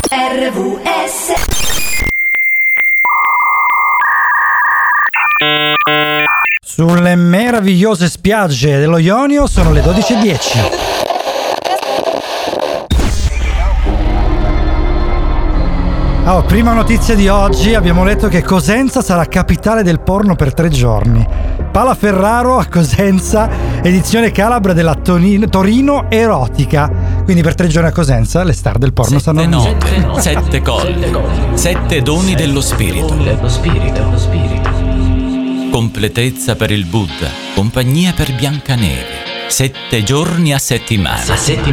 RVS. Sulle meravigliose spiagge dello Ionio sono le 12:10. Prima notizia di oggi, abbiamo letto che Cosenza sarà capitale del porno per 3 giorni. Pala Ferraro a Cosenza, edizione calabra della Torino Erotica. Quindi per 3 giorni a Cosenza le star del porno stanno... 7 note, 7 colli, 7 doni dello spirito. Completezza per il Buddha, compagnia per Biancaneve. 7 giorni a settimana.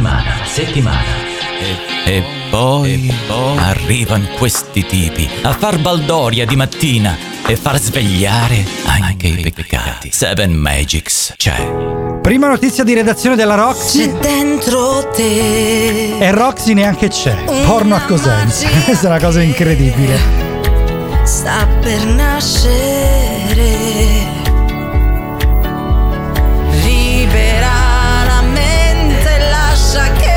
E poi arrivano questi tipi a far baldoria di mattina e far svegliare anche i peccati. 7 Magics c'è. Prima notizia di redazione della Roxy. C'è dentro te. E Roxy neanche c'è. Porno a Cosenza. Questa è una cosa incredibile. Sta per nascere. Libera la mente e lascia che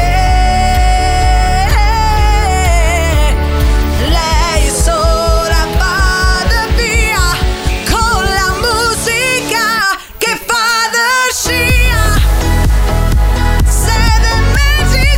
lei sola vada via con la musica che fa da scia. Seven Magic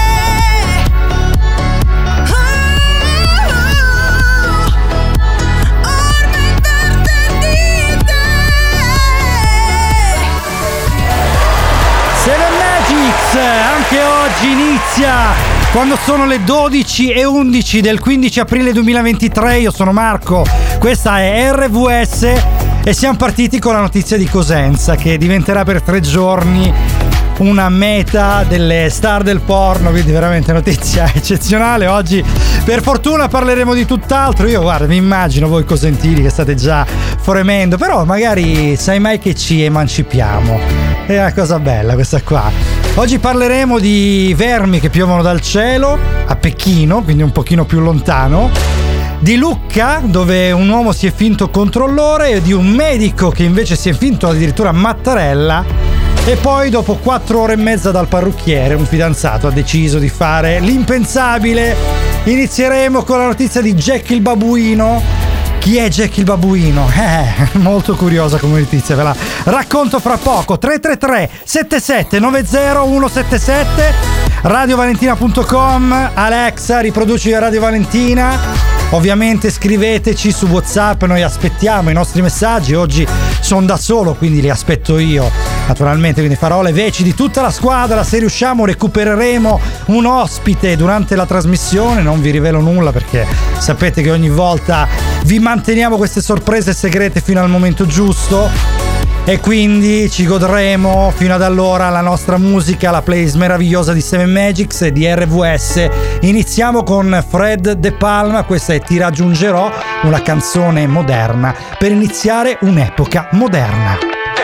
Seven Magics anche oggi inizia quando sono le 12:11 del 15 aprile 2023. Io sono Marco, questa è RVS e siamo partiti con la notizia di Cosenza, che diventerà per 3 giorni una meta delle star del porno, quindi veramente notizia eccezionale. Oggi per fortuna parleremo di tutt'altro. Io guarda, mi immagino voi cosentini che state già fremendo, però magari sai mai che ci emancipiamo, è una cosa bella questa qua. Oggi parleremo di vermi che piovono dal cielo a Pechino, quindi un pochino più lontano, di Lucca, dove un uomo si è finto controllore, e di un medico che invece si è finto addirittura Mattarella. E poi dopo 4 ore e mezza dal parrucchiere, un fidanzato ha deciso di fare l'impensabile. Inizieremo con la notizia di Jack il Babuino. Chi è Jack il Babuino? Molto curiosa come notizia, ve la racconto fra poco. 333 77 90 177 radiovalentina.com. Alexa, riproduci Radio Valentina. Ovviamente scriveteci su WhatsApp, noi aspettiamo i nostri messaggi. Oggi sono da solo, quindi li aspetto io, naturalmente, quindi farò le veci di tutta la squadra. Se riusciamo recupereremo un ospite durante la trasmissione, non vi rivelo nulla perché sapete che ogni volta vi manteniamo queste sorprese segrete fino al momento giusto. E quindi ci godremo fino ad allora la nostra musica, la playlist meravigliosa di Seven Magics e di RVS. Iniziamo con Fred De Palma, questa è Ti raggiungerò, una canzone moderna per iniziare un'epoca moderna.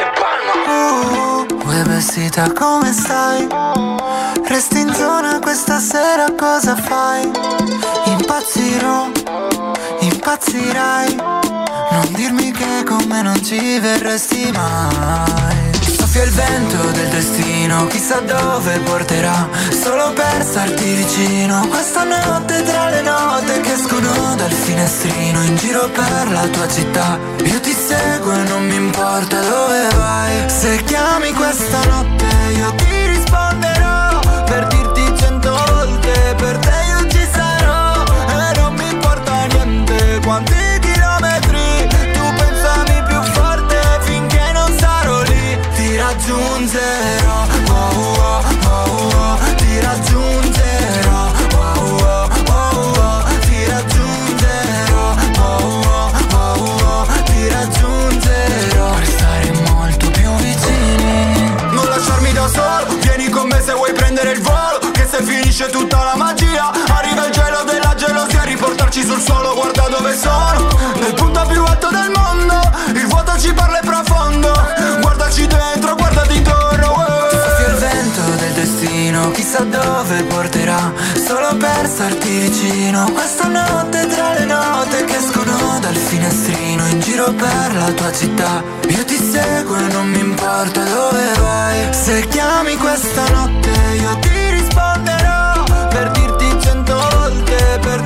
Uè vestita come stai? Resti in zona questa sera, cosa fai? Impazzirò, impazzirai. Non dirmi che con me non ci verresti mai. Soffia il vento del destino, chissà dove porterà, solo per starti vicino. Questa notte tra le note che escono dal finestrino, in giro per la tua città, io ti seguo e non mi importa dove vai. Se chiami questa notte io ti risponderò, per dirti 100 volte per te io ci sarò. E non mi importa niente quanti raggiungerò, oh oh oh oh, ti raggiungerò, oh oh oh oh, ti raggiungerò, oh oh oh oh, ti raggiungerò, per stare molto più vicini. Non lasciarmi da solo, vieni con me se vuoi prendere il volo, che se finisce tutta la magia, arriva il gelo della gelosia, riportarci sul suolo, guarda dove sono, nel punto più alto del mondo, il vuoto ci parla e profondo, guardaci dentro, guardati intorno. Soffia il vento del destino, chissà dove porterà, solo per starti vicino. Questa notte tra le note che escono dal finestrino, in giro per la tua città, io ti seguo e non mi importa dove vai. Se chiami questa notte io ti risponderò, per dirti 100 volte per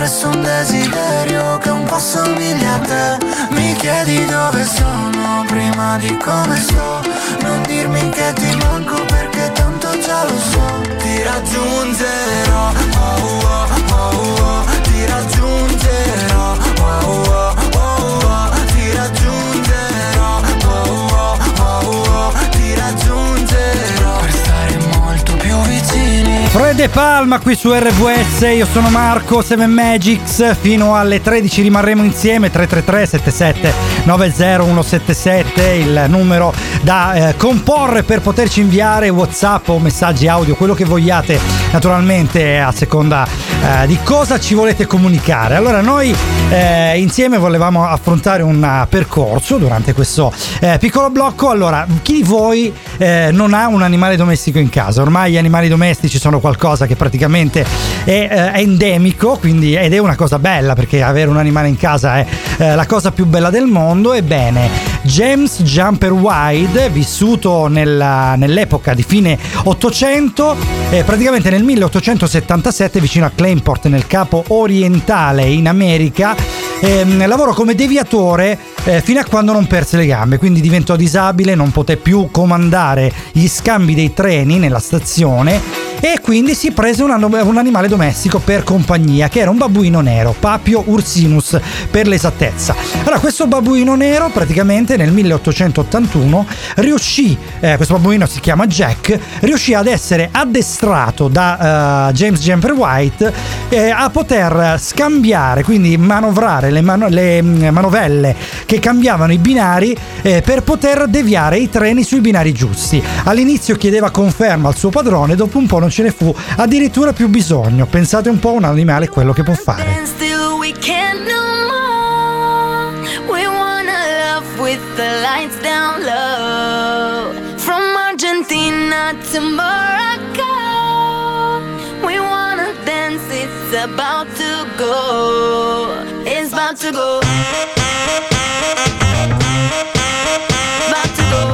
questo è un desiderio che un po' somiglia a te. Mi chiedi dove sono prima di come sto. Non dirmi che ti manco perché tanto già lo so. Ti raggiungerò, oh oh oh oh. Ti raggiungerò, oh oh oh oh. Ti raggiungerò, oh oh oh oh. Ti raggiungerò per stare molto più vicini. Fred e Palma qui su RVS, io sono Marco, 7 Magics, fino alle 13 rimarremo insieme. 333 77 90 177 il numero da comporre per poterci inviare WhatsApp o messaggi audio, quello che vogliate, naturalmente a seconda di cosa ci volete comunicare. Allora noi insieme volevamo affrontare un percorso durante questo piccolo blocco. Allora, chi di voi non ha un animale domestico in casa? Ormai gli animali domestici sono qualcosa che praticamente è endemico, quindi, ed è una cosa bella, perché avere un animale in casa è la cosa più bella del mondo. Ebbene, James Jumper White, vissuto nell'epoca di fine 800, praticamente nel 1877 vicino a Clamport nel Capo Orientale in America, lavorò come deviatore fino a quando non perse le gambe, quindi diventò disabile, non poté più comandare gli scambi dei treni nella stazione e quindi si prese un animale domestico per compagnia, che era un babbuino nero, Papio ursinus per l'esattezza. Allora, questo babbuino nero praticamente nel 1881 riuscì, questo babbuino si chiama Jack, riuscì ad essere addestrato da James Jumper White a poter scambiare, quindi manovrare le manovelle che cambiavano i binari per poter deviare i treni sui binari giusti. All'inizio chiedeva conferma al suo padrone, dopo un po' non ce ne fu addirittura più bisogno. Pensate un po' un animale quello che può fare. With the lights down low, from Argentina to Morocco, we wanna dance, it's about to go, it's about to go, about to go,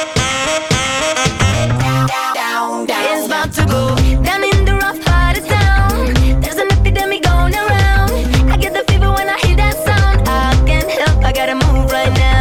down, down, it's about to go, down in the rough part of town, there's an epidemic going around, I get the fever when I hear that sound, I can't help, I gotta move right now.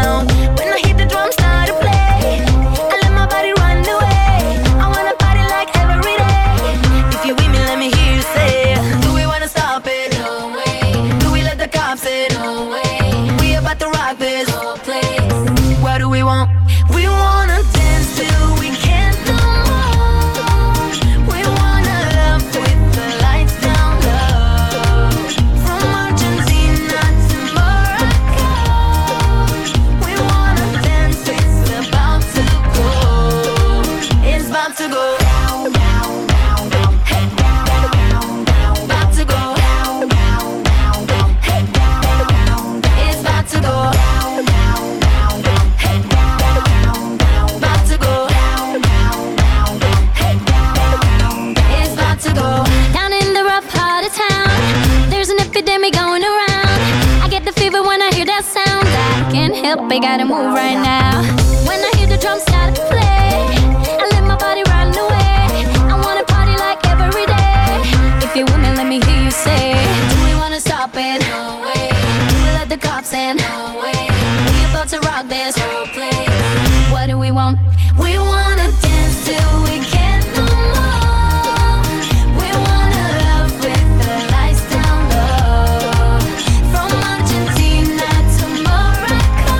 I gotta move right now. When I hear the drums start to play, I let my body run away. I wanna party like every day. If you're with me, let me hear you say, do we wanna stop it? No way. Do we let the cops in? No way. We about to rock this whole place. What do we want? We wanna dance till we can't no more. We wanna love with the lights down low. From Argentina to Morocco,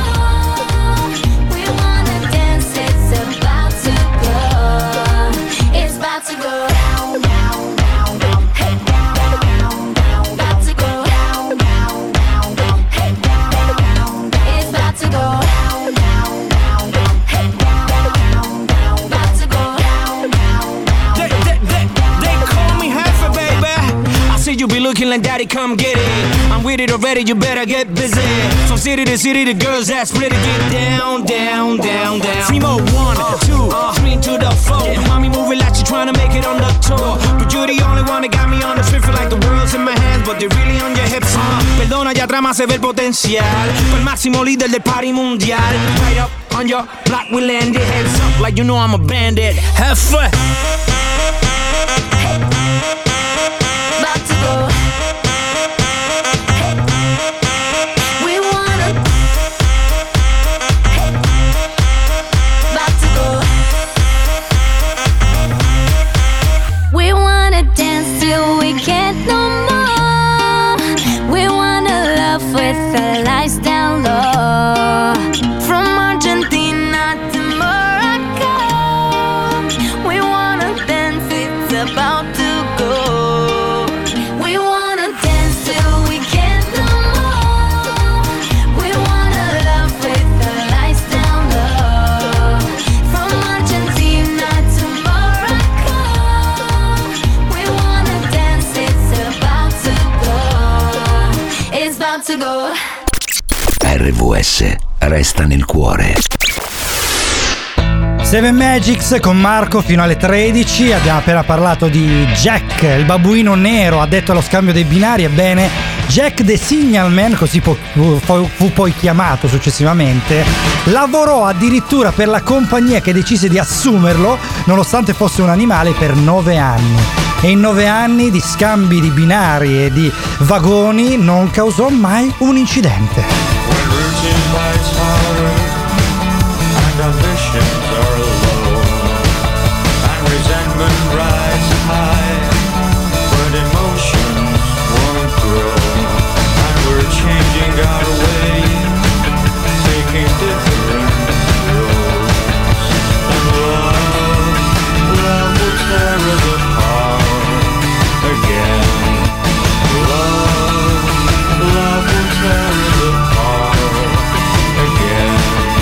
we wanna dance, it's about to go. It's about to go down, down, down, down, hey, down, down, down, about to go down, down, down, down, hey, down, down, it's about to go down, down, down, down, hey, down, down, down, about to go down, down, down. They call me Heifer, baby. I see you be looking like daddy, come get it. I'm with it already, you better get busy. From city to city, the girls that split it, get down, down, down, down. Three more, 1, 2, 3 to the floor. Mommy moving like you trying to make it on the tour. But you're the only one that got me on the street, feel like the world's in my hands, but they're really on your hips. Perdona, allá atrás más se ve el potencial. Fue el máximo líder del party mundial. Right up on your block, we landed. Heads up like you know I'm a bandit. Have fun. About to go, love with the lights down low. From Argentina to Morocco, we wanna dance, it's about to go. We wanna dance till we can't no more. We wanna love with the lights down low. From Argentina to Morocco, we wanna dance, it's about to go. It's about to go. RVS resta nel cuore. Seven Magics con Marco fino alle 13. Abbiamo appena parlato di Jack, il babbuino nero addetto allo scambio dei binari. Ebbene, Jack the Signalman, così fu poi chiamato successivamente, lavorò addirittura per la compagnia che decise di assumerlo, nonostante fosse un animale, per 9 anni. E in 9 anni di scambi di binari e di vagoni non causò mai un incidente. Routine bites hard and ambitions are low and resentment rises high, but emotions won't grow, and we're changing our way, taking different roads, and love will tear us apart again. Love will tear us apart again.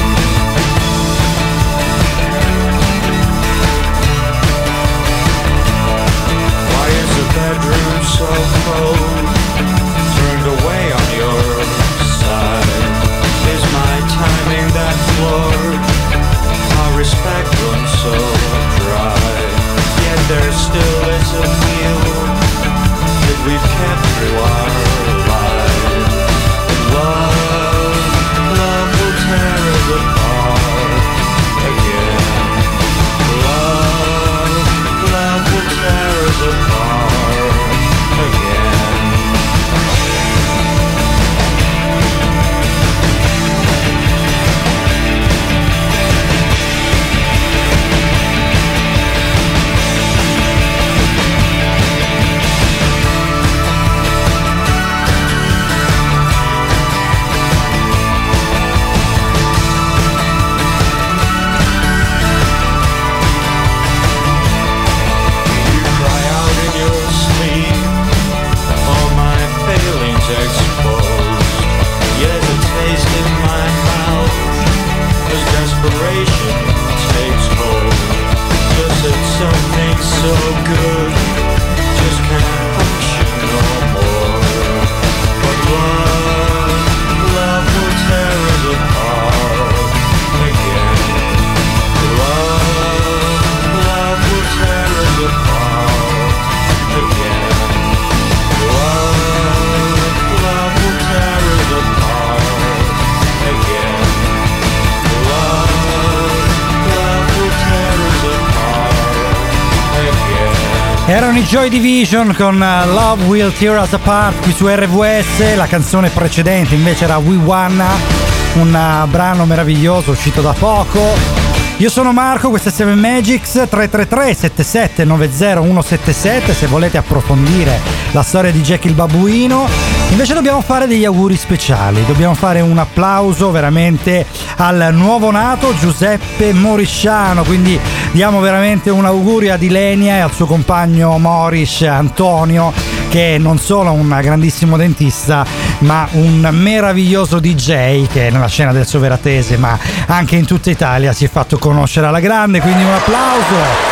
Why is the bedroom so cold? Turned away on your side. Is my timing that flawed? Our respect runs so dry. Yet there still is a feel that we've kept through our lives. Love will tear us apart again. Love will tear us apart again. Erano i Joy Division con Love Will Tear Us Apart qui su RVS. La canzone precedente invece era We Wanna, un brano meraviglioso uscito da poco. Io sono Marco, questo è Seven Magics. 333 7790 177 se volete approfondire la storia di Jack il babbuino. Invece dobbiamo fare degli auguri speciali, dobbiamo fare un applauso veramente al nuovo nato Giuseppe Morisciano, quindi diamo veramente un augurio ad Ilenia e al suo compagno Moris Antonio, che è non solo un grandissimo dentista ma un meraviglioso DJ che nella scena del Soveratese ma anche in tutta Italia si è fatto conoscere alla grande, quindi un applauso.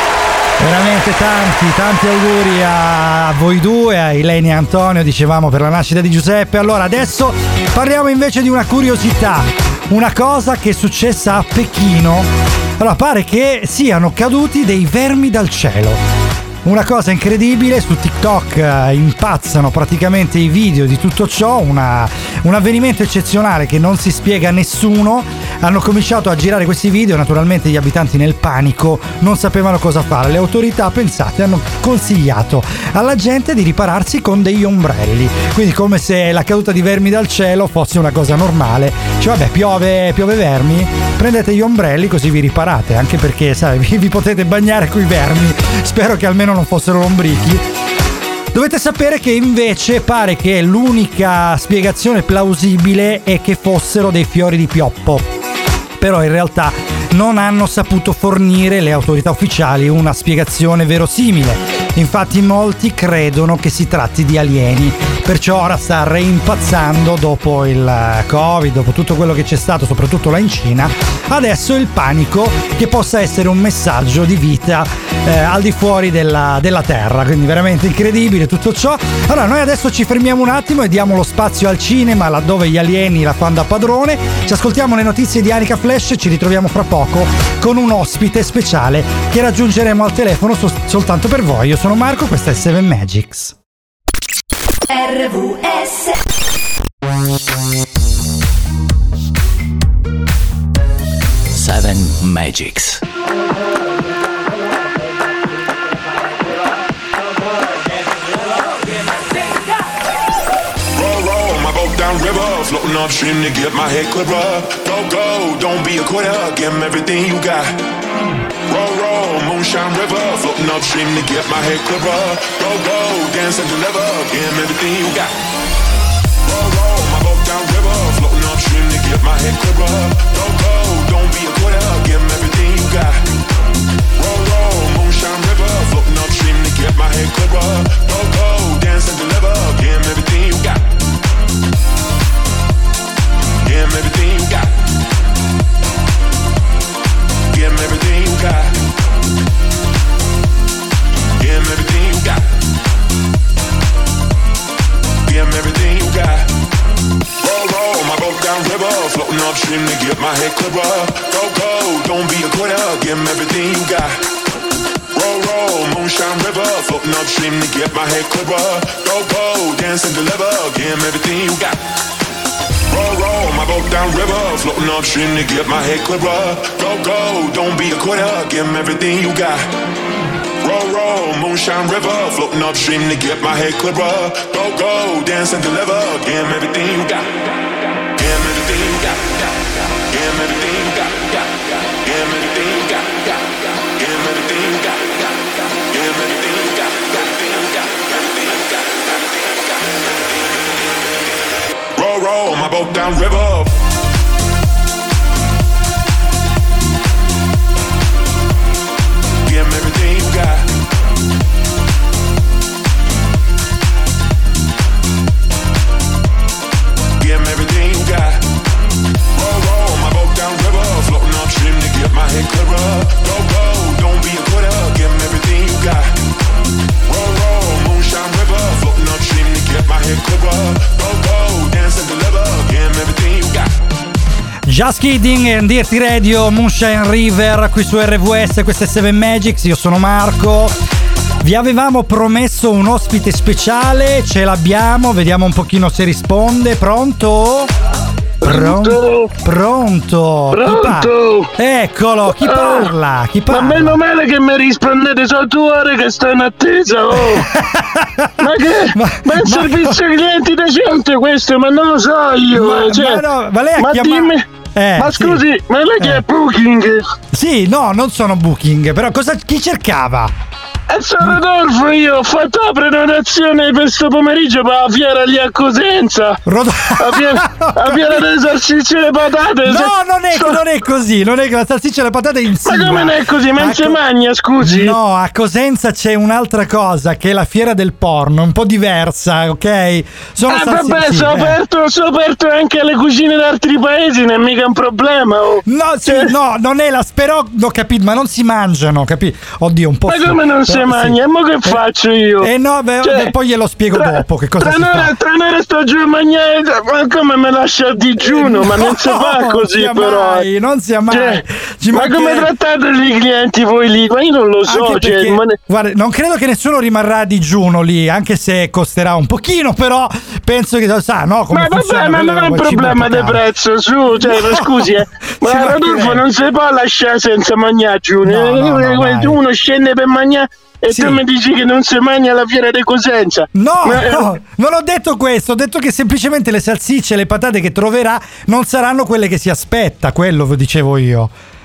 Veramente tanti auguri a voi due, a Ilenia e Antonio, dicevamo, per la nascita di Giuseppe. Allora adesso parliamo invece di una curiosità, una cosa che è successa a Pechino. Allora pare che siano caduti dei vermi dal cielo. Una cosa incredibile, su TikTok impazzano praticamente i video di tutto ciò, un avvenimento eccezionale che non si spiega a nessuno. Hanno cominciato a girare questi video, naturalmente gli abitanti nel panico non sapevano cosa fare. Le autorità, pensate, hanno consigliato alla gente di ripararsi con degli ombrelli, quindi come se la caduta di vermi dal cielo fosse una cosa normale. Cioè vabbè, piove vermi, prendete gli ombrelli così vi riparate, anche perché sai, vi potete bagnare coi vermi. Spero che almeno non fossero lombrichi. Dovete sapere che invece pare che l'unica spiegazione plausibile è che fossero dei fiori di pioppo, però in realtà non hanno saputo fornire le autorità ufficiali una spiegazione verosimile. Infatti molti credono che si tratti di alieni, perciò ora sta reimpazzando dopo il Covid, dopo tutto quello che c'è stato, soprattutto là in Cina. Adesso il panico che possa essere un messaggio di vita al di fuori della Terra, quindi veramente incredibile tutto ciò. Allora noi adesso ci fermiamo un attimo e diamo lo spazio al cinema, laddove gli alieni la fanno da padrone. Ci ascoltiamo le notizie di Anica Flash e ci ritroviamo fra poco con un ospite speciale che raggiungeremo al telefono soltanto per voi. Io sono Marco, questa è Seven Magics. RVS Seven Magics. River, floating upstream to get my head clearer. Go, go, don't be a quitter, give 'em everything you got. Roll, roll, moonshine river, floating upstream to get my head clearer. Go, go, dance and deliver, give 'em everything you got. Roll, roll, my boat down river, floating upstream to get my head clearer. Go, go, don't be a quitter, give 'em everything you got. Roll, roll, moonshine river, floating upstream to get my head clearer. Go, go, dance and deliver, give 'em everything you got. Give 'em everything you got. Give 'em everything you got. Give 'em everything you got. Give 'em everything you got. Roll, roll, my boat down river, floating upstream to get my head clearer. Go, go, don't be a quitter, give 'em everything you got. Roll, roll, moonshine river, floating upstream to get my head clearer. Go, go, dance and deliver, give 'em everything you got. Roll, roll, my boat down river, floating upstream to get my head clearer. Go, go, don't be a quitter, give 'em everything you got. Roll, roll, moonshine river, floating upstream to get my head clearer. Go, go, dance and deliver, give 'em everything you got. Give 'em everything you got. Give 'em everything you got. Give 'em everything you got. Give 'em everything you got. Give 'em everything you got. Roll, roll, my boat down river. Give 'em everything you got. Give 'em everything you got. Roll, roll, my boat down river, floating upstream to get my head clearer. Go, go, don't be a quitter, give 'em everything you got. Roll, roll, moonshine river, floating upstream to get my head clearer. Go, go, dance and deliver, give 'em everything you got. Just Kidding and Dirty Radio, Moonshine River qui su RVS, questa è Seven Magics, io sono Marco. Vi avevamo promesso un ospite speciale, ce l'abbiamo, vediamo un pochino se risponde. Pronto? Pronto? Eccolo, chi parla? Chi parla? Ma meno male che mi rispondete, sono 2 ore che sto in attesa, oh. Ma è un servizio clienti decente questo, ma non lo so io. Ma lei ha chiamato... dimmi... ma scusi, sì. Ma lei che è Booking? Sì, no, non sono Booking, però chi cercava? Sono Rodolfo, io ho fatto la prenotazione per sto pomeriggio per la fiera lì a Cosenza. La fiera delle salsicce e le patate. No, non è così, non è che la salsiccia e le patate insieme. Ma come non è così? Ma non si mangia, scusi? No, a Cosenza c'è un'altra cosa, che è la fiera del porno, un po' diversa, ok? Vabbè, sono aperto anche alle cucine di altri paesi, non è mica un problema, oh. No, sì, no, non è la... però, ho capito, ma non si mangiano, capito? Oddio, un po'... Ma come non si mangia? Ma che faccio io? No, poi glielo spiego dopo che cosa si fa. Tra un'ora sto giù a mangiare, ma come me lascia a digiuno? Ma non si fa così, però. Non sia mai. Ma come trattate i clienti voi lì? Ma io non lo so. Guarda, non credo che nessuno rimarrà a digiuno lì, anche se costerà un pochino, però penso che lo sa, no? Come ma vabbè, ma non è un problema di prezzo, su, scusi, ma Rodolfo non si può lasciare senza mangiare giù. Uno scende per mangiare. E tu mi dici che non si mangia alla fiera di Cosenza? No, non ho detto questo, ho detto che semplicemente le salsicce e le patate che troverà non saranno quelle che si aspetta, quello vi dicevo io.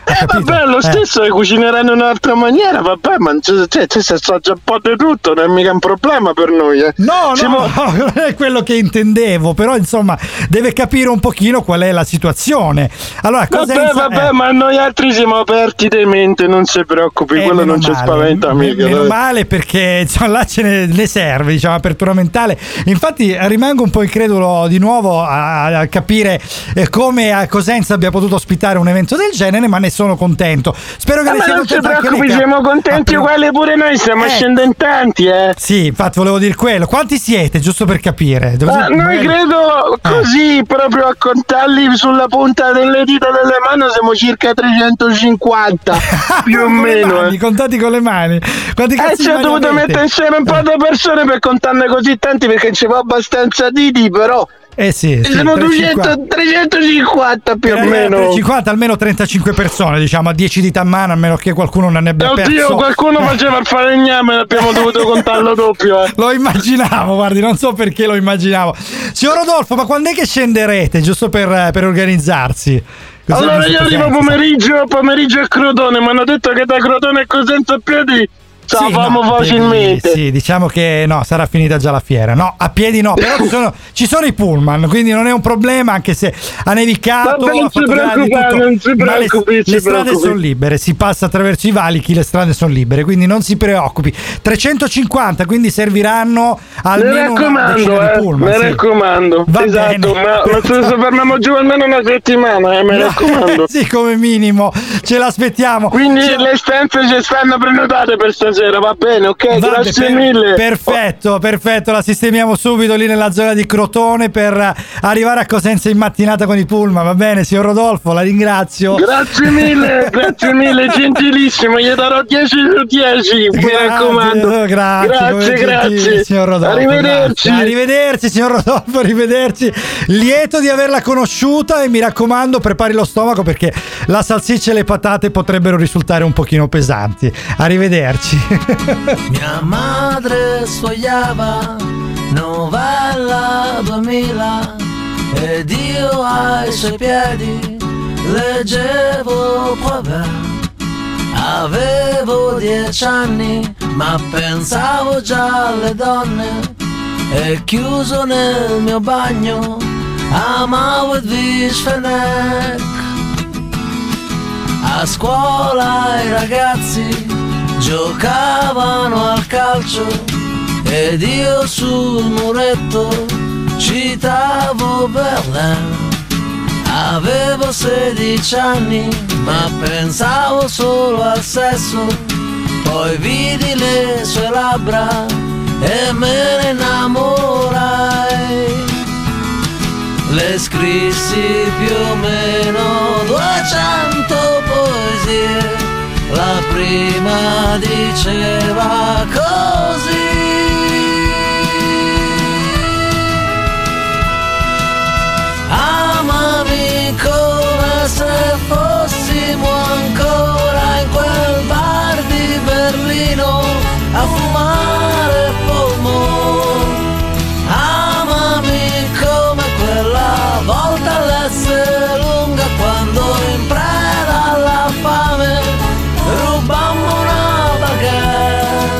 vabbè, lo stesso cucineranno in un'altra maniera, vabbè, ma si assaggia un po' di tutto, non è mica un problema per noi. No, non è quello che intendevo, però insomma deve capire un pochino qual è la situazione. Allora, vabbè, ma noi altri siamo aperti di mente, non si preoccupi, quello non ci spaventa mica. Meno male, perché insomma, là ne serve, diciamo, apertura mentale. Infatti rimango un po' incredulo di nuovo a capire come a Cosenza abbia potuto ospitare un evento del genere, ma ne sono contento. Spero che ne sia non si contento anche preoccupi, lei. siamo contenti uguali pure noi, stiamo scendendo in tanti, Sì, infatti volevo dire quello. Quanti siete, giusto per capire? Noi credo così, proprio a contarli sulla punta delle dita delle mani, siamo circa 350 più o meno. Contati con le mani. Quanti cazzo ci ho dovuto mettere insieme un po' di persone per contarne così tanti, perché ci va abbastanza diti, però sì, sono 350 più o meno. 350, almeno 35 persone, diciamo, a 10 dita a mano, a meno che qualcuno non ne abbia perso. Oddio, qualcuno faceva il falegname, abbiamo dovuto contarlo doppio. Lo immaginavo, guardi, non so perché lo immaginavo. Signor Rodolfo, ma quando è che scenderete, giusto per organizzarsi? Allora io arrivo pomeriggio a Crotone, mi hanno detto che da Crotone a Cosenza a piedi facilmente. Sì, diciamo che no, sarà finita già la fiera. No, a piedi no, però ci sono i pullman, quindi non è un problema, anche se ha nevicato. Non si preoccupi, le strade sono libere, si passa attraverso i valichi, le strade sono libere, quindi non si preoccupi. 350, quindi serviranno almeno una decina di pullman. Mi raccomando. Va esatto, bene. ma se fermiamo giù almeno una settimana, mi raccomando. Sì, come minimo, ce l'aspettiamo. Quindi le stanze ci stanno prenotate per stasera, va bene, ok, grazie mille. Perfetto, la sistemiamo subito lì nella zona di Crotone per arrivare a Cosenza in mattinata con i pullman, va bene, signor Rodolfo, la ringrazio. Grazie mille, gentilissimo, gli darò 10 su 10, mi raccomando. Grazie, signor Rodolfo. Arrivederci, signor Rodolfo, arrivederci. Lieto di averla conosciuta e mi raccomando, prepari lo stomaco perché la salsiccia e le patate potrebbero risultare un pochino pesanti. Arrivederci. Mia madre sfogliava novella 2000 ed io ai suoi piedi leggevo Pover. Avevo 10 anni ma pensavo già alle donne e chiuso nel mio bagno amavo Edwige Fenech. A scuola i ragazzi giocavano al calcio ed io sul muretto citavo Verlaine. Avevo 16 anni ma pensavo solo al sesso, poi vidi le sue labbra e me ne innamorai. Le scrissi più o meno 200 poesie. La prima diceva così: amami come se fossimo ancora in quel bar di Berlino a fumare polmone. Amami come quella volta all'S lunga quando in preda alla fame rubammo una baguette.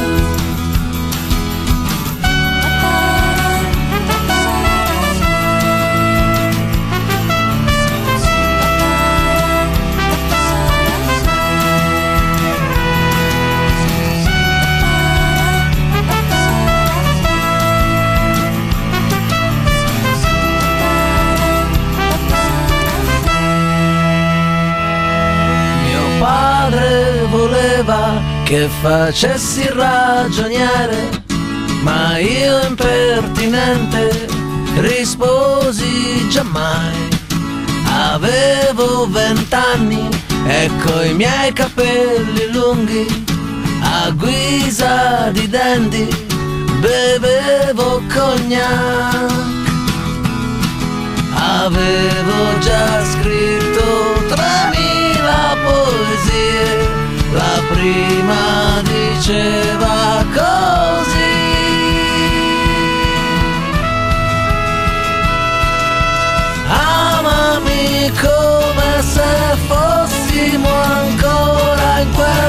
Mio padre voleva che facessi il ragioniere, ma io impertinente risposi giammai. Avevo 20 anni e coi miei capelli lunghi a guisa di dandy bevevo cognac. Avevo già scritto 3000 poesie, la prima diceva così: amami come se fossimo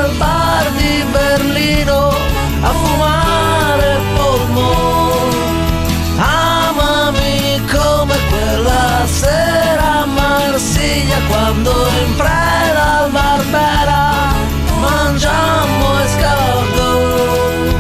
nel bar di Berlino a fumare polmone. Amami come quella sera a Marsiglia, quando in preda al Barbera mangiammo escargot.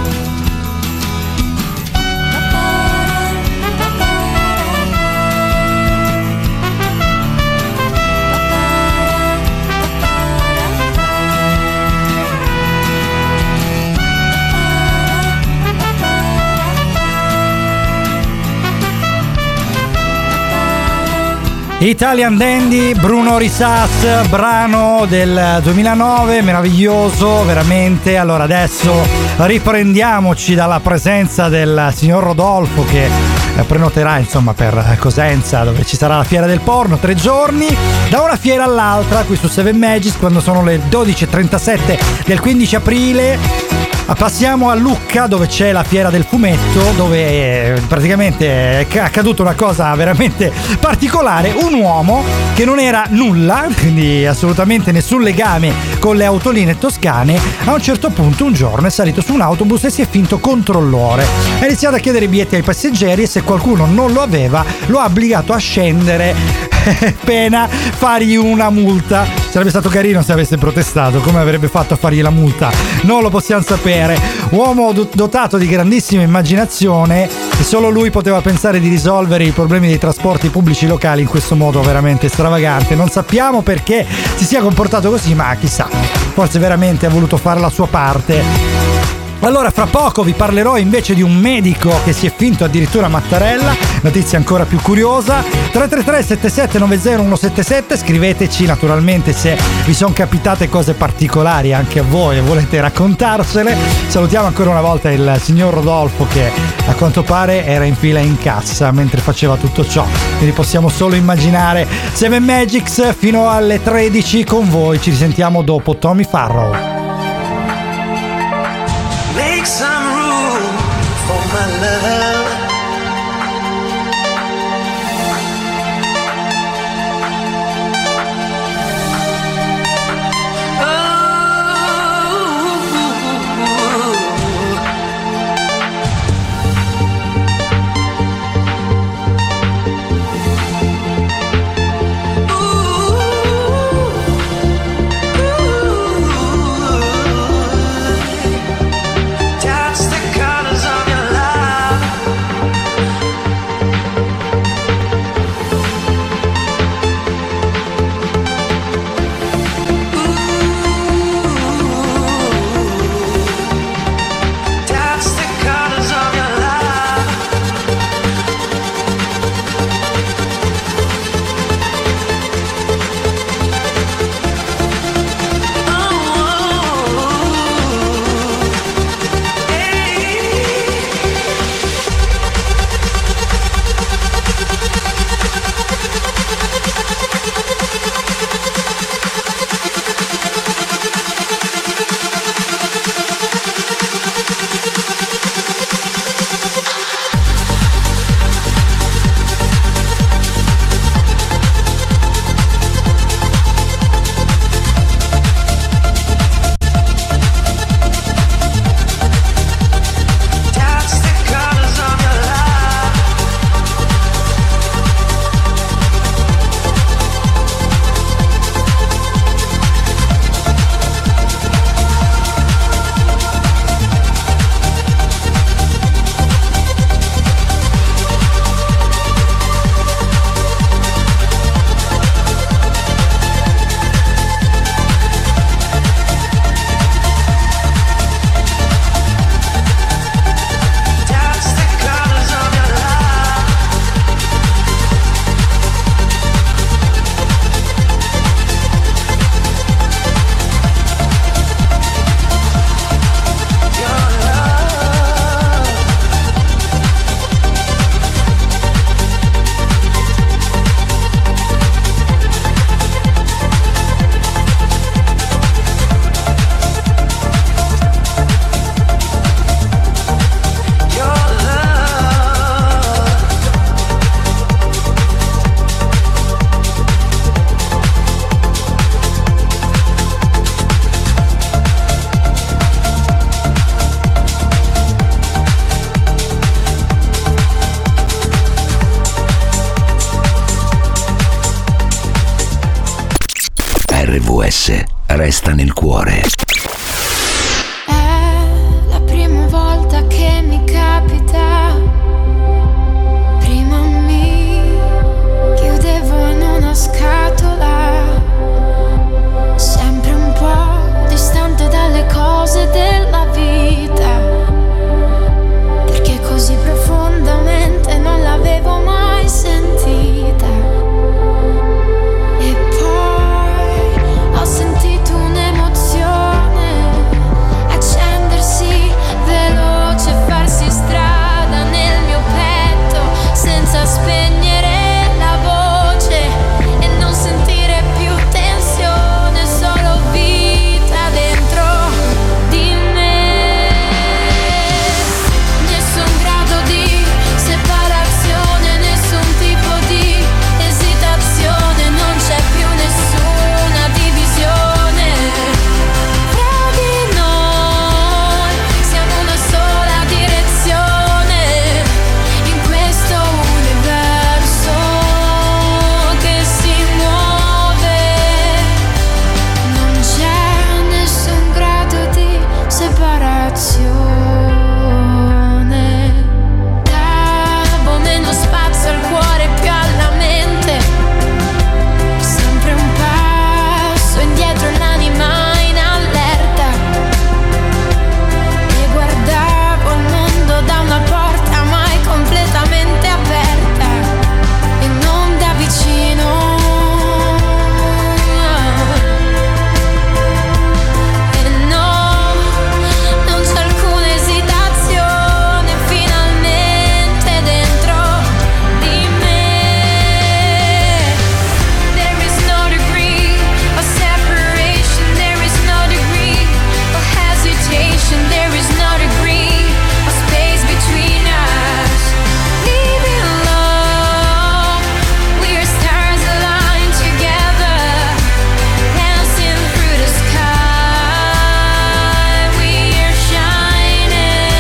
Italian Dandy, Bruno Risas, brano del 2009, meraviglioso veramente. Allora adesso riprendiamoci dalla presenza del signor Rodolfo che prenoterà insomma per Cosenza, dove ci sarà la fiera del porno, 3 giorni da una fiera all'altra qui su Seven Magics, quando sono le 12:37 del 15 aprile. Passiamo a Lucca, dove c'è la fiera del fumetto, dove praticamente è accaduta una cosa veramente particolare. Un uomo che non era nulla, quindi assolutamente nessun legame con le autolinee toscane, a un certo punto un giorno è salito su un autobus e si è finto controllore. Ha iniziato a chiedere biglietti ai passeggeri e se qualcuno non lo aveva lo ha obbligato a scendere, pena fargli una multa. Sarebbe stato carino se avesse protestato. Come avrebbe fatto a fargli la multa? Non lo possiamo sapere. Uomo dotato di grandissima immaginazione, e solo lui poteva pensare di risolvere i problemi dei trasporti pubblici locali in questo modo veramente stravagante. Non sappiamo perché si sia comportato così, ma chissà, forse veramente ha voluto fare la sua parte. Allora fra poco vi parlerò invece di un medico che si è finto addirittura Mattarella, notizia ancora più curiosa. 333 7790 177, scriveteci naturalmente se vi sono capitate cose particolari anche a voi e volete raccontarsele. Salutiamo ancora una volta il signor Rodolfo che a quanto pare era in fila in cassa mentre faceva tutto ciò, quindi possiamo solo immaginare. Seven Magics fino alle 13 con voi, ci risentiamo dopo Tommy Farrow. Make some room for my love. RVS resta nel cuore. È la prima volta che mi capita. Prima mi chiudevo in una scatola, sempre un po' distante dalle cose della vita, perché così profondamente non l'avevo mai sentita. E poi ho sentito un'emozione accendersi veloce, farsi strada nel mio petto senza spegnere la voce e non sentire più tensione, solo vita dentro di me. Nessun grado di separazione, nessun tipo di esitazione, non c'è più nessuna divisione fra di noi, siamo una sola direzione in questo universo che si muove. Non c'è nessun grado di separazione. Davo meno spazio al cuore, più alla mente, sempre un passo indietro, l'anima in allerta, e guardavo il mondo da una porta mai completamente aperta e non da vicino. E no, non c'è alcuna esitazione, finalmente dentro di me. There is no degree of separation, there is no degree of hesitation, there is no degree of space between us. Leaving love, we are stars aligned together, dancing through the sky, we are shining.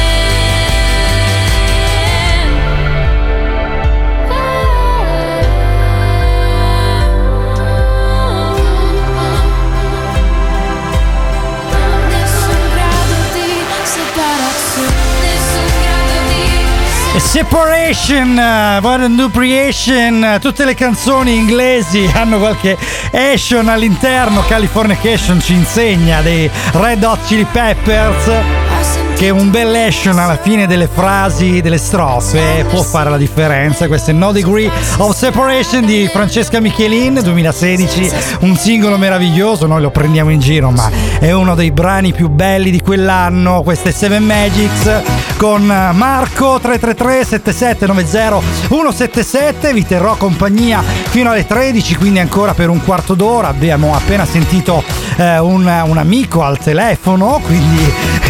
Nessun grado di separazione, nessun grado di Separation, What a New Creation, tutte le canzoni inglesi hanno qualche action all'interno. Californication ci insegna dei Red Hot Chili Peppers che un bel action alla fine delle frasi, delle strofe può fare la differenza. Questo è No Degree of Separation di Francesca Michelin, 2016, un singolo meraviglioso. Noi lo prendiamo in giro, ma è uno dei brani più belli di quell'anno. Questo è Seven Magics con Marco. 333 7790 177. Vi terrò compagnia fino alle 13, quindi ancora per un quarto d'ora. Abbiamo appena sentito un amico al telefono, quindi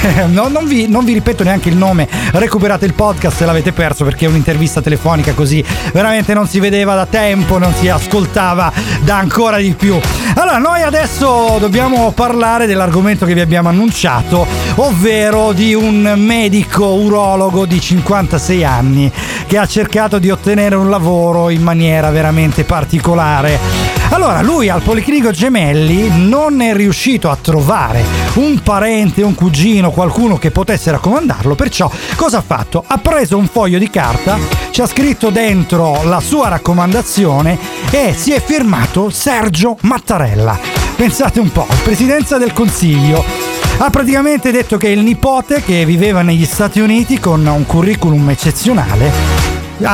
non vi ripeto neanche il nome, recuperate il podcast se l'avete perso, perché è un'intervista telefonica così veramente non si vedeva da tempo, non si ascoltava da ancora di più. Allora, noi adesso dobbiamo parlare dell'argomento che vi abbiamo annunciato, ovvero di un medico urologo di 56 anni che ha cercato di ottenere un lavoro in maniera veramente particolare. Allora, lui al Policlinico Gemelli non è riuscito a trovare un parente, un cugino, qualcuno che potesse raccomandarlo, perciò cosa ha fatto? Ha preso un foglio di carta, ci ha scritto dentro la sua raccomandazione e si è firmato Sergio Mattarella. Pensate un po', Presidenza del Consiglio. Ha praticamente detto che il nipote, che viveva negli Stati Uniti con un curriculum eccezionale,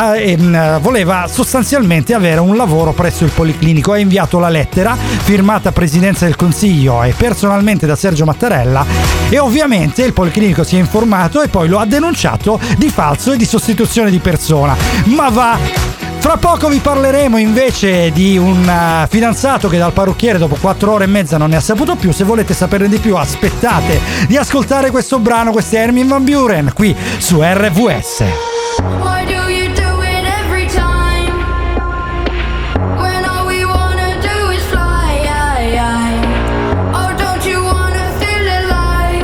voleva sostanzialmente avere un lavoro presso il Policlinico. Ha inviato la lettera firmata Presidenza del Consiglio e personalmente da Sergio Mattarella, e ovviamente il Policlinico si è informato e poi lo ha denunciato di falso e di sostituzione di persona. Ma va! Fra poco vi parleremo invece di un fidanzato che dal parrucchiere dopo 4 ore e mezza non ne ha saputo più. Se volete saperne di più, aspettate di ascoltare questo brano. Questo è Armin van Buuren qui su RVS. Why do you do it every time? When all we wanna do is fly. Oh, don't you wanna feel alive?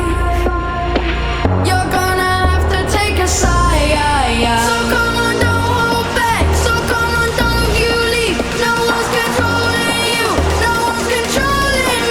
You're gonna have to take a side. So come on, don't hold back. So come on, don't you leave. No one's controlling you. No one's controlling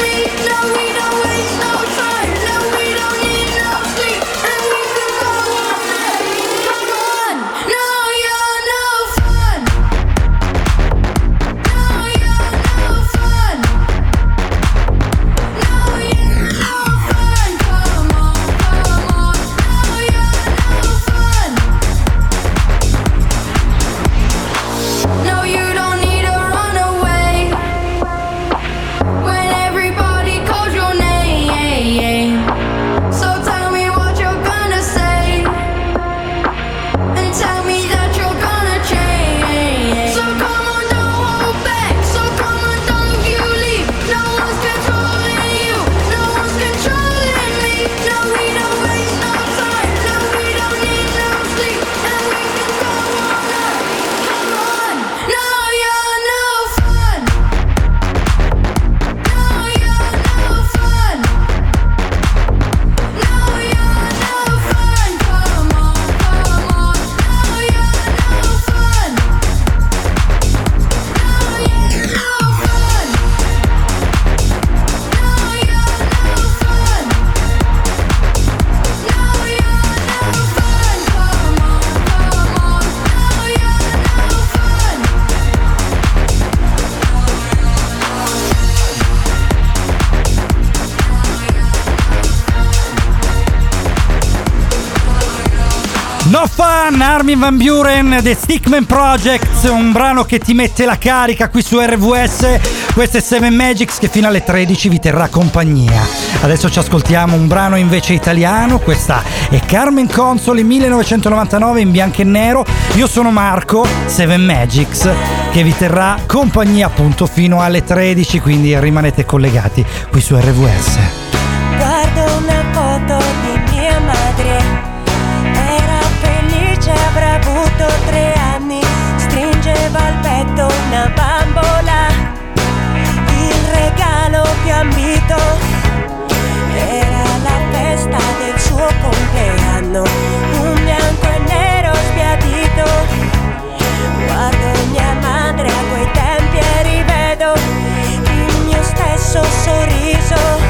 One, Armin van Buuren, The Stickman Project, un brano che ti mette la carica qui su RVS. Questo è Seven Magics che fino alle 13 vi terrà compagnia. Adesso ci ascoltiamo un brano invece italiano, questa è Carmen Consoli 1999 in bianco e nero. Io sono Marco, Seven Magics, che vi terrà compagnia appunto fino alle 13, quindi rimanete collegati qui su RVS. Guardo una foto di mia madre, era felice, avrà avuto 3 anni, stringeva al petto una bambola, il regalo più ambito era la festa del suo compleanno, un bianco e nero sbiadito. Guardo mia madre a quei tempi e rivedo il mio stesso sorriso.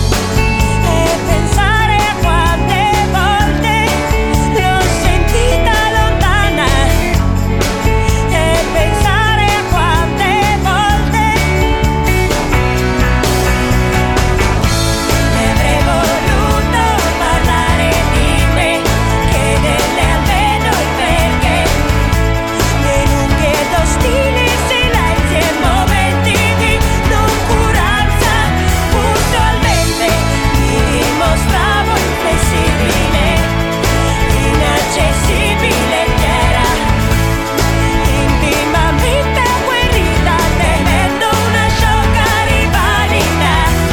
Pensare a quante volte l'ho sentita lontana e pensare a quante volte ne avrei voluto parlare di me, chiederle almeno il perché dei lunghi ed ostili silenzi e momenti di noncuranza. Puntualmente mi dimostravo inflessibile, inaccessibile ed era intimamente agguerrita, temendo una sciocca rivalità.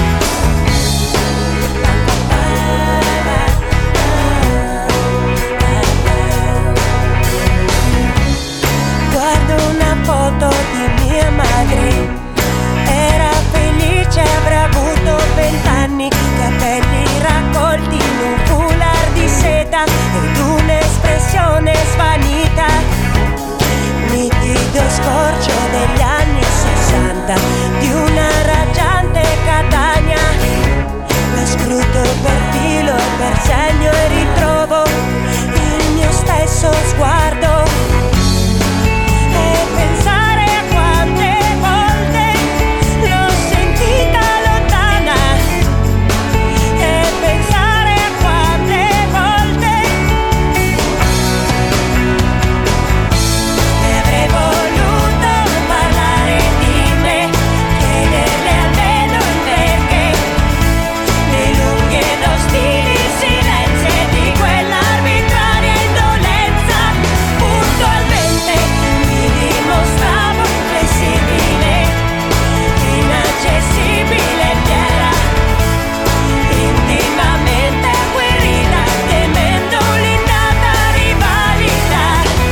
Guardo una foto di mia madre, era felice, avrà avuto 20 anni, capelli raccolti in un foulard di seta ed un'espressione svanita, nitido scorcio degli anni 60 di una raggiante Catania. La scruto per filo e per segno e ritrovo il mio stesso sguardo. E pensare a quante volte l'ho sentita lontana e pensare a quante volte ne avrei voluto parlare di me, chiederle almeno il perché dei lunghi ed ostili silenzi e di quell'arbitraria indolenza. Puntualmente mi dimostravo inflessibile, inaccessibile ed era intimamente agguerrita, temendo l'innata rivalità.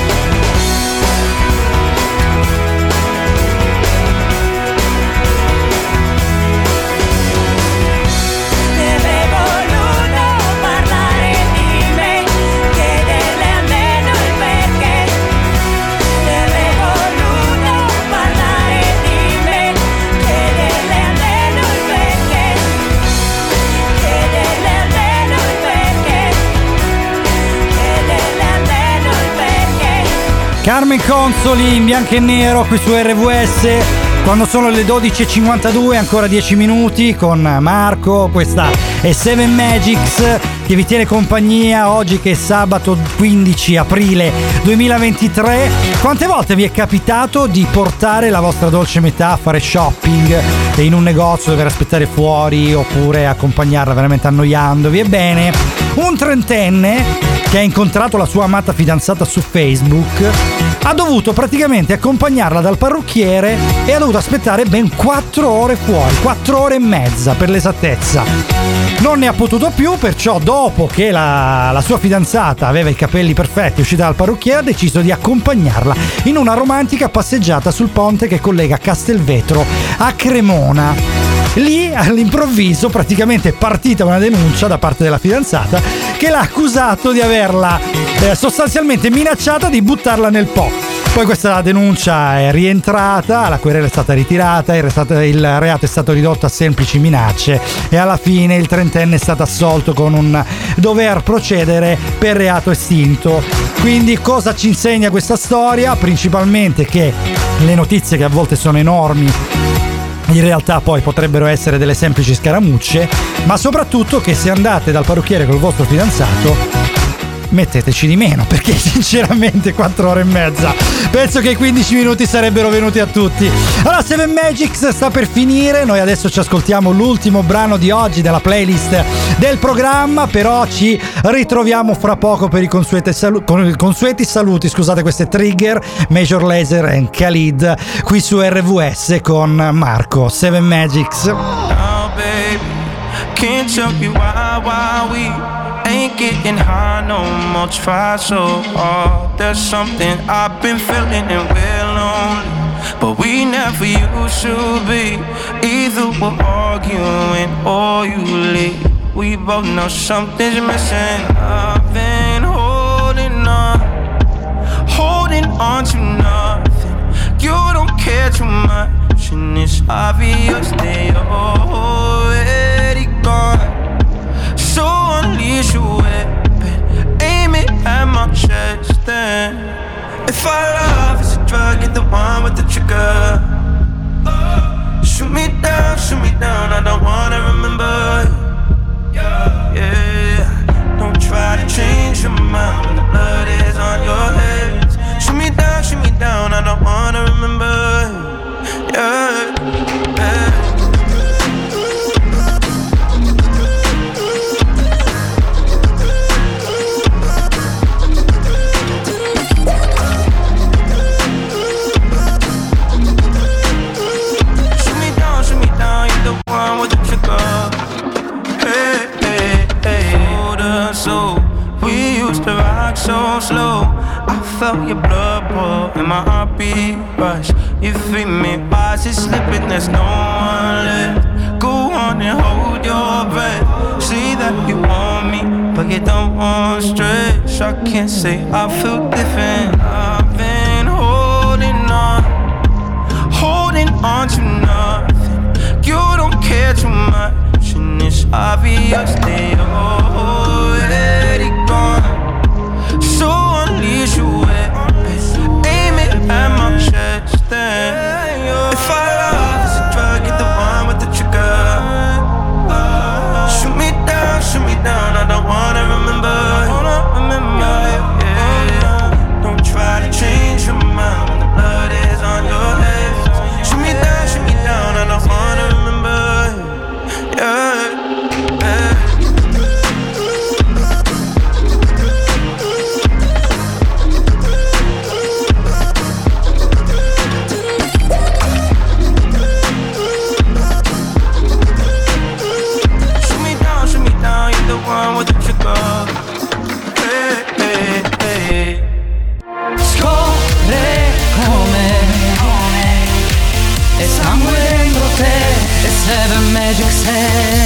Ne avrei voluto parlare di me, chiederle almeno il perché. Ne avrei voluto parlare di me, chiederle almeno il perché. Chiederle almeno il perché. Chiederle almeno il perché. Carmen Consoli in bianco e nero qui su RVS. Quando sono le 12.52, ancora 10 minuti con Marco. Questa è Seven Magics che vi tiene compagnia oggi che è sabato 15 aprile 2023. Quante volte vi è capitato di portare la vostra dolce metà a fare shopping in un negozio, dover aspettare fuori oppure accompagnarla veramente annoiandovi? Ebbene, un trentenne che ha incontrato la sua amata fidanzata su Facebook ha dovuto praticamente accompagnarla dal parrucchiere e ha dovuto aspettare ben 4 ore fuori, 4 ore e mezza per l'esattezza. Non ne ha potuto più, perciò dopo che la sua fidanzata aveva i capelli perfetti, è uscita dal parrucchiere, ha deciso di accompagnarla in una romantica passeggiata sul ponte che collega Castelvetro a Cremona. Lì all'improvviso praticamente è partita una denuncia da parte della fidanzata che l'ha accusato di averla sostanzialmente minacciata di buttarla nel Po. Poi questa denuncia è rientrata, la querela è stata ritirata, il reato è stato ridotto a semplici minacce e alla fine il trentenne è stato assolto con un dover procedere per reato estinto. Quindi cosa ci insegna questa storia? Principalmente che le notizie, che a volte sono enormi, in realtà poi potrebbero essere delle semplici scaramucce, ma soprattutto che se andate dal parrucchiere col vostro fidanzato metteteci di meno, perché sinceramente 4 ore e mezza penso che i 15 minuti sarebbero venuti a tutti. Allora, Seven Magics sta per finire, noi adesso ci ascoltiamo l'ultimo brano di oggi della playlist del programma, però ci ritroviamo fra poco per i consueti saluti, scusate, queste Trigger, Major Lazer e Khalid qui su RVS con Marco. Seven Magics. Oh baby, can't tell you why we ain't getting high no more. Try so hard. There's something I've been feeling and we're lonely, but we never used to be. Either we're arguing or you leave. We both know something's missing. I've been holding on to nothing. You don't care too much, and it's obvious they already gone. So unleash your weapon, aim it at my chest. Then, if our love is a drug, get the one with the trigger. Shoot me down, I don't wanna remember. Yeah, don't try to change your mind when the blood is on your hands. Shoot me down, I don't wanna remember. Yeah. So slow, I felt your blood boil and my heartbeat rush. You feed me fast, it's slipping, there's no one left. Go on and hold your breath. See that you want me, but you don't want stretch. I can't say I feel different. I've been holding on to nothing. You don't care too much, and it's obvious they already gone. So unleash your weapon, aim it at my chest. Then, if our love is a drug, get the one with the trigger. Shoot me down, I don't wanna remember. Yeah. Don't try to change your mind when the blood is on your head. Shoot me down, I don't wanna remember. Yeah. Seven Magic 6